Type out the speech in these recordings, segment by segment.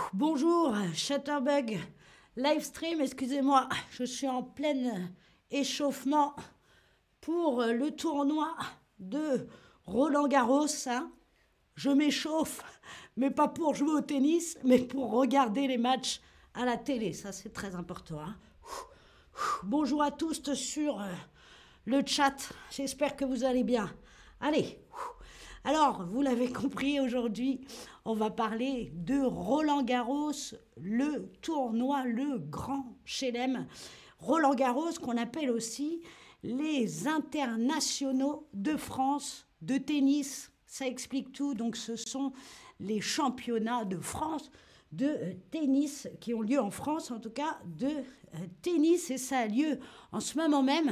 Bonjour, Chatterbug Livestream, excusez-moi, je suis en plein échauffement pour le tournoi de Roland-Garros. Hein. Je m'échauffe, mais pas pour jouer au tennis, mais pour regarder les matchs à la télé, ça c'est très important. Hein. Bonjour à tous sur le chat, j'espère que vous allez bien. Allez, alors vous l'avez compris, aujourd'hui on va parler de Roland-Garros, le tournoi, le grand chelem. Roland-Garros qu'on appelle aussi les internationaux de France de tennis. Ça explique tout, donc ce sont les championnats de France de tennis qui ont lieu en France, en tout cas de tennis, et ça a lieu en ce moment même,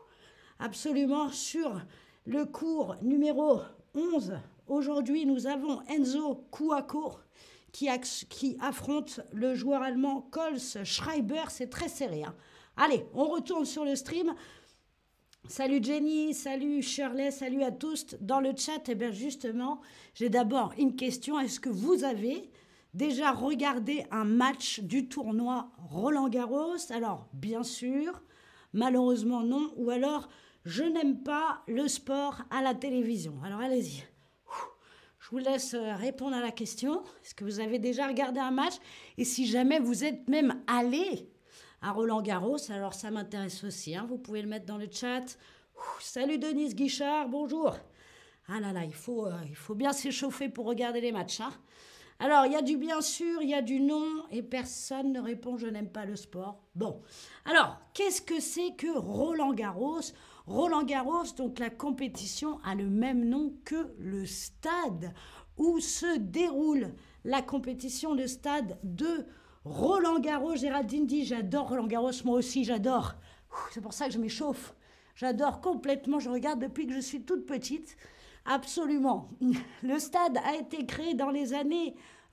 absolument sur le court numéro 11. Aujourd'hui, nous avons Enzo Couacaud qui affronte le joueur allemand Cols Schreiber. C'est très serré. Hein. Allez, on retourne sur le stream. Salut Jenny, salut Shirley, salut à tous dans le chat. Et bien justement, j'ai d'abord une question. Est-ce que vous avez déjà regardé un match du tournoi Roland-Garros? Alors, bien sûr, malheureusement non. Ou alors, je n'aime pas le sport à la télévision. Alors, allez-y. Je vous laisse répondre à la question. Est-ce que vous avez déjà regardé un match? Et si jamais vous êtes même allé à Roland-Garros, alors ça m'intéresse aussi. Hein. Vous pouvez le mettre dans le chat. Salut Denise Guichard, bonjour. Ah là là, il faut bien s'échauffer pour regarder les matchs. Hein. Alors, il y a du bien sûr, il y a du non, et personne ne répond « je n'aime pas le sport ». Bon, alors, qu'est-ce que c'est que Roland-Garros? Roland-Garros, donc la compétition a le même nom que le stade où se déroule la compétition, le stade de Roland-Garros. Géraldine dit « j'adore Roland-Garros, moi aussi j'adore ». C'est pour ça que je m'échauffe. J'adore complètement, je regarde depuis que je suis toute petite. Absolument. Le stade a été créé dans les années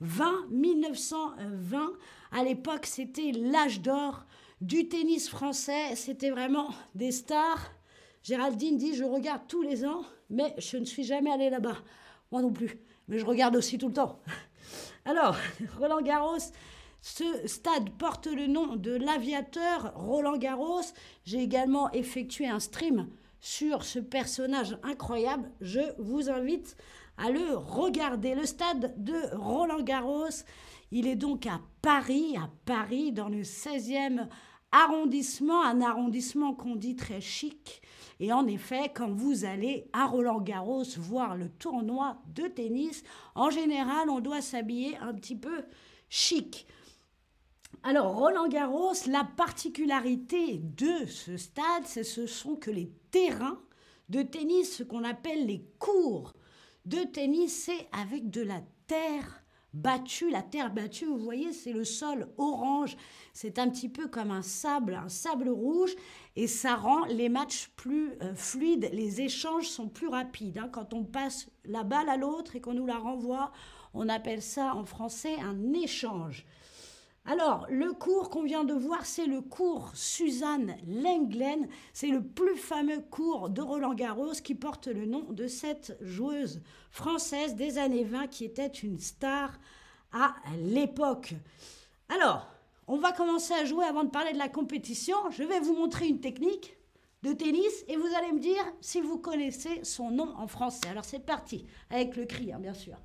1920. À l'époque, c'était l'âge d'or du tennis français. C'était vraiment des stars. Géraldine dit, je regarde tous les ans, mais je ne suis jamais allée là-bas. Moi non plus, mais je regarde aussi tout le temps. Alors, Roland-Garros, ce stade porte le nom de l'aviateur Roland-Garros. J'ai également effectué un stream sur ce personnage incroyable. Je vous invite à le regarder. Le stade de Roland-Garros, il est donc à Paris, dans le 16e arrondissement, un arrondissement qu'on dit très chic. Et en effet, quand vous allez à Roland-Garros voir le tournoi de tennis, en général, on doit s'habiller un petit peu chic. Alors, Roland-Garros, la particularité de ce stade, ce sont que les terrains de tennis, ce qu'on appelle les courts de tennis, c'est avec de la terre battue. La terre battue, vous voyez, c'est le sol orange. C'est un petit peu comme un sable rouge, et ça rend les matchs plus fluides. Les échanges sont plus rapides. Hein. Quand on passe la balle à l'autre et qu'on nous la renvoie, on appelle ça en français un échange. Alors, le cours qu'on vient de voir, c'est le cours Suzanne Lenglen. C'est le plus fameux cours de Roland-Garros qui porte le nom de cette joueuse française des années 20 qui était une star à l'époque. Alors, on va commencer à jouer avant de parler de la compétition. Je vais vous montrer une technique de tennis et vous allez me dire si vous connaissez son nom en français. Alors, c'est parti, avec le cri, hein, bien sûr.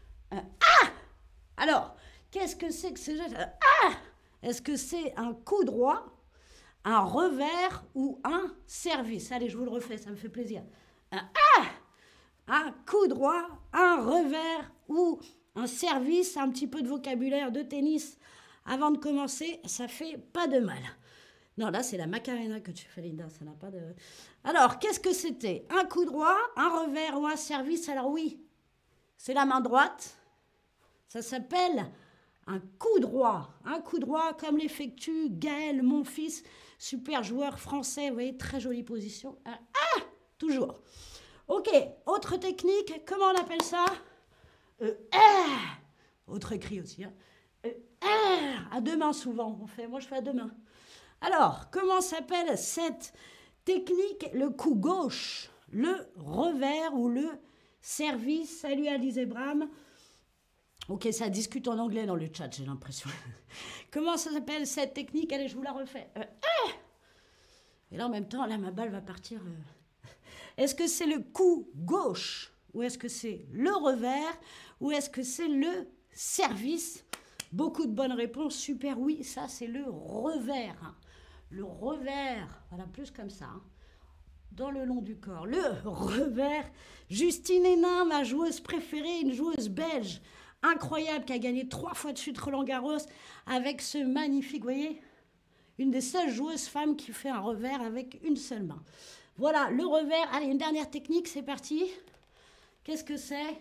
Alors, qu'est-ce que c'est que ce jeu? Est-ce que c'est un coup droit, un revers ou un service? Allez, je vous le refais, ça me fait plaisir. Un coup droit, un revers ou un service, un petit peu de vocabulaire de tennis. Avant de commencer, ça fait pas de mal. Non, là, c'est la Macarena que tu fais, Linda, ça n'a pas de... Alors, qu'est-ce que c'était? Un coup droit, un revers ou un service? Alors oui, c'est la main droite. Ça s'appelle un coup droit comme l'effectue Gaël Monfils, super joueur français, vous voyez, très jolie position. Toujours. Ok, autre technique, comment on appelle ça? Autre cri aussi. Hein. À deux mains souvent, moi je fais à deux mains. Alors, comment s'appelle cette technique? Le coup gauche, le revers ou le service. Salut Alice Ebram. Ok, ça discute en anglais dans le chat, j'ai l'impression. Comment ça s'appelle cette technique? Allez, je vous la refais. Et là, en même temps, là, ma balle va partir. Est-ce que c'est le coup gauche? Ou est-ce que c'est le revers? Ou est-ce que c'est le service? Beaucoup de bonnes réponses. Super, oui, ça, c'est le revers. Le revers, voilà, plus comme ça. Dans le long du corps. Le revers. Justine Hénin, ma joueuse préférée, une joueuse belge incroyable qui a gagné 3 fois de suite Roland-Garros avec ce magnifique, vous voyez, une des seules joueuses femmes qui fait un revers avec une seule main. Voilà, le revers. Allez, une dernière technique, c'est parti. Qu'est-ce que c'est?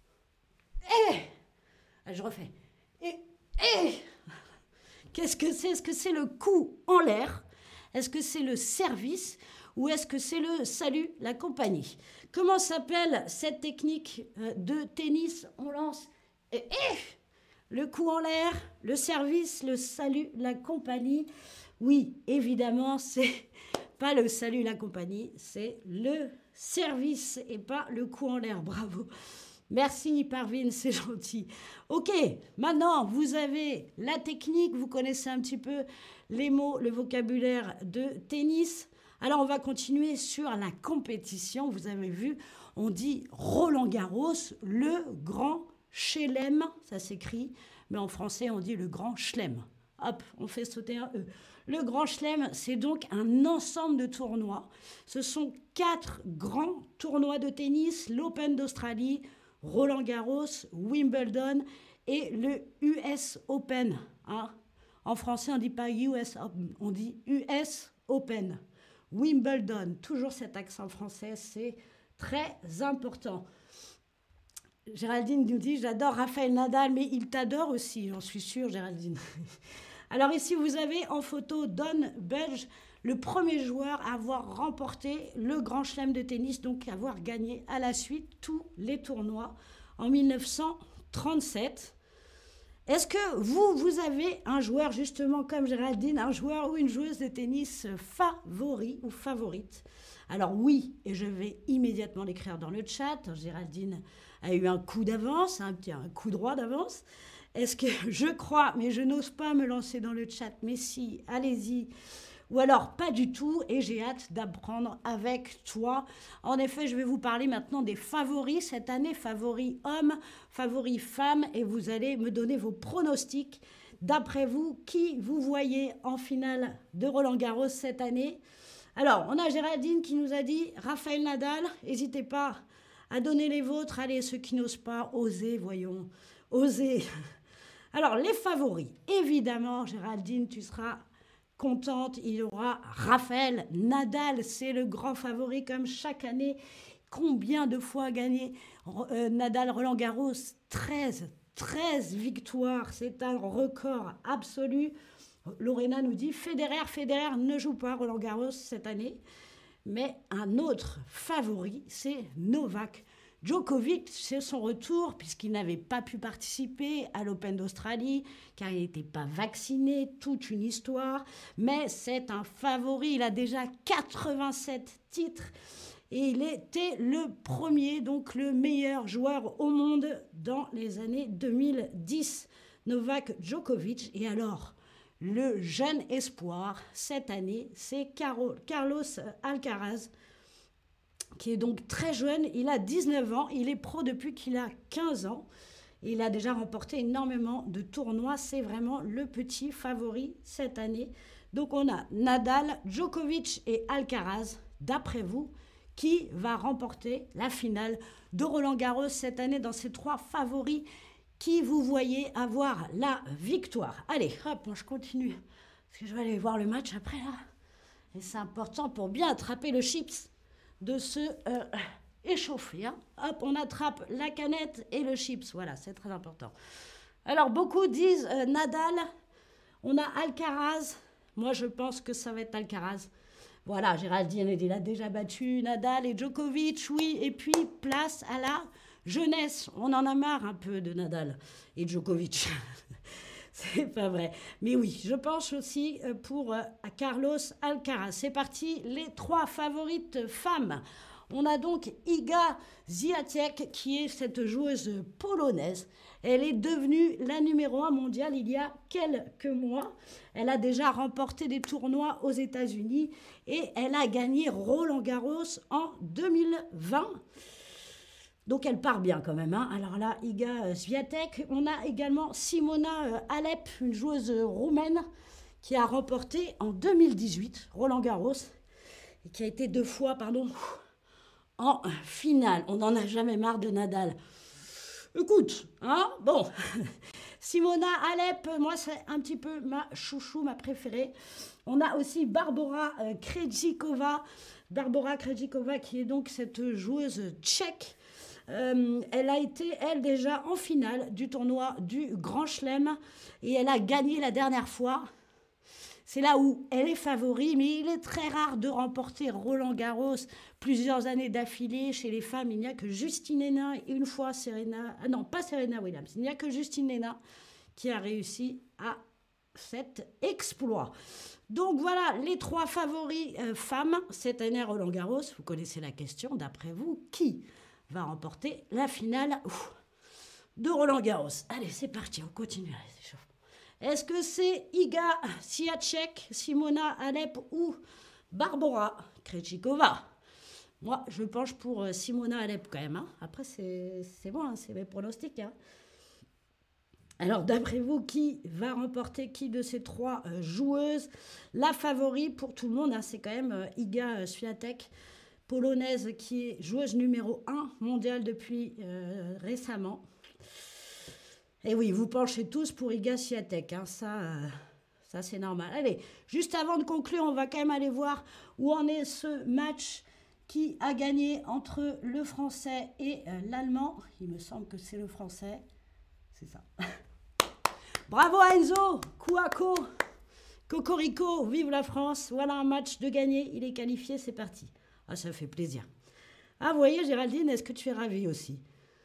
Allez, je refais. Qu'est-ce que c'est? Est-ce que c'est le coup en l'air? Est-ce que c'est le service? Ou est-ce que c'est le salut, la compagnie? Comment s'appelle cette technique de tennis? On lance le coup en l'air, le service, le salut, la compagnie. Oui, évidemment, c'est pas le salut, la compagnie, c'est le service et pas le coup en l'air. Bravo. Merci Parvin, c'est gentil. Ok, maintenant vous avez la technique, vous connaissez un petit peu les mots, le vocabulaire de tennis. Alors on va continuer sur la compétition. Vous avez vu, on dit Roland-Garros, le grand chelem, ça s'écrit, mais en français on dit le grand chelem. Hop, on fait sauter un E. Le Grand Chelem, c'est donc un ensemble de tournois. Ce sont 4 grands tournois de tennis, l'Open d'Australie, Roland-Garros, Wimbledon et le US Open. Hein. En français, on ne dit pas US Open, on dit US Open. Wimbledon, toujours cet accent français, c'est très important. Géraldine nous dit, j'adore Rafael Nadal, mais il t'adore aussi, j'en suis sûre, Géraldine. Alors ici, vous avez en photo Don Budge, le premier joueur à avoir remporté le Grand Chelem de tennis, donc avoir gagné à la suite tous les tournois en 1937. Est-ce que vous avez un joueur, justement comme Géraldine, un joueur ou une joueuse de tennis favori ou favorite? Alors oui, et je vais immédiatement l'écrire dans le chat. Géraldine a eu un coup d'avance, un coup droit d'avance. Est-ce que je crois, mais je n'ose pas me lancer dans le chat, mais si, allez-y. Ou alors pas du tout, et j'ai hâte d'apprendre avec toi. En effet, je vais vous parler maintenant des favoris cette année, favoris hommes, favoris femmes, et vous allez me donner vos pronostics. D'après vous, qui vous voyez en finale de Roland-Garros cette année? Alors, on a Géraldine qui nous a dit Rafael Nadal, n'hésitez pas à donner les vôtres. Allez, ceux qui n'osent pas, osez, voyons, osez. Alors, les favoris, évidemment, Géraldine, tu seras contente, il y aura Rafael Nadal, c'est le grand favori comme chaque année. Combien de fois a gagné Nadal Roland-Garros? 13 victoires, c'est un record absolu. Lorena nous dit Federer ne joue pas Roland-Garros cette année, mais un autre favori, c'est Novak Djokovic. C'est son retour puisqu'il n'avait pas pu participer à l'Open d'Australie car il n'était pas vacciné, toute une histoire, mais c'est un favori, il a déjà 87 titres et il était le premier, donc le meilleur joueur au monde dans les années 2010, Novak Djokovic. Et alors, le jeune espoir cette année, c'est Carlos Alcaraz, qui est donc très jeune. Il a 19 ans, il est pro depuis qu'il a 15 ans. Il a déjà remporté énormément de tournois. C'est vraiment le petit favori cette année. Donc on a Nadal, Djokovic et Alcaraz. D'après vous, qui va remporter la finale de Roland-Garros cette année dans ces 3 favoris? Qui vous voyez avoir la victoire? Allez, hop, je continue. Parce que je vais aller voir le match après, là. Et c'est important pour bien attraper le chips de se échauffer. Hein. Hop, on attrape la canette et le chips. Voilà, c'est très important. Alors, beaucoup disent Nadal. On a Alcaraz. Moi, je pense que ça va être Alcaraz. Voilà, Géraldine, il a déjà battu Nadal et Djokovic, oui. Et puis, place à la jeunesse. On en a marre un peu de Nadal et Djokovic. C'est pas vrai. Mais oui, je pense aussi pour Carlos Alcaraz. C'est parti, les 3 favorites femmes. On a donc Iga Swiatek, qui est cette joueuse polonaise. Elle est devenue la numéro 1 mondiale il y a quelques mois. Elle a déjà remporté des tournois aux États-Unis et elle a gagné Roland-Garros en 2020. Donc elle part bien quand même. Hein. Alors là, Iga Swiatek. On a également Simona Halep, une joueuse roumaine qui a remporté en 2018 Roland-Garros et qui a été 2 fois, en finale. On n'en a jamais marre de Nadal. Écoute, hein, bon, Simona Halep, moi c'est un petit peu ma chouchou, ma préférée. On a aussi Barbora Krejcikova. Barbora Krejcikova qui est donc cette joueuse tchèque. Elle a été, elle, déjà en finale du tournoi du Grand Chelem et elle a gagné la dernière fois. C'est là où elle est favori, mais il est très rare de remporter Roland-Garros plusieurs années d'affilée. Chez les femmes, il n'y a que Justine Henin et une fois Serena... Ah non, pas Serena Williams. Il n'y a que Justine Henin qui a réussi à cet exploit. Donc voilà, les 3 favoris femmes cette année à Roland-Garros. Vous connaissez la question, d'après vous, qui va remporter la finale de Roland-Garros? Allez, c'est parti, on continue les échauffements. Est-ce que c'est Iga Swiatek, Simona Halep ou Barbora Krejcikova? Moi, je penche pour Simona Halep quand même. Hein. Après, c'est bon, hein, c'est mes pronostics. Hein. Alors, d'après vous, qui va remporter qui de ces 3 joueuses? La favorite pour tout le monde, hein, c'est quand même Iga Swiatek, polonaise, qui est joueuse numéro 1 mondiale depuis récemment. Et oui, vous penchez tous pour Iga Swiatek, hein, ça c'est normal. Allez, juste avant de conclure, on va quand même aller voir où en est ce match qui a gagné entre le français et l'allemand. Il me semble que c'est le français, c'est ça. Bravo à Enzo, Kouako, Cocorico, vive la France. Voilà un match de gagné, il est qualifié, c'est parti. Ah, ça fait plaisir. Ah, vous voyez, Géraldine, est-ce que tu es ravie aussi?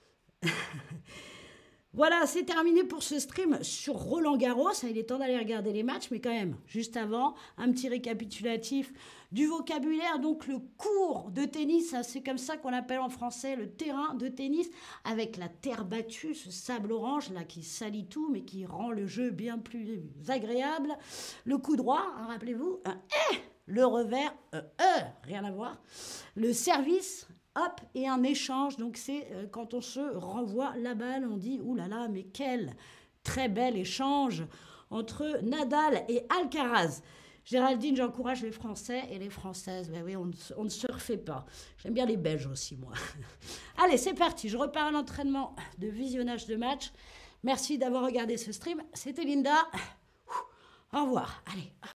Voilà, c'est terminé pour ce stream sur Roland-Garros. Il est temps d'aller regarder les matchs, mais quand même, juste avant, un petit récapitulatif du vocabulaire. Donc, le court de tennis, c'est comme ça qu'on appelle en français le terrain de tennis, avec la terre battue, ce sable orange là qui salit tout, mais qui rend le jeu bien plus agréable. Le coup droit, hein, rappelez-vous, le revers, rien à voir. Le service, hop, et un échange. Donc c'est quand on se renvoie la balle, on dit, oulala, mais quel très bel échange entre Nadal et Alcaraz. Géraldine, j'encourage les Français et les Françaises. Ben oui, on ne se refait pas. J'aime bien les Belges aussi, moi. Allez, c'est parti. Je repars à l'entraînement de visionnage de match. Merci d'avoir regardé ce stream. C'était Linda. Au revoir. Allez.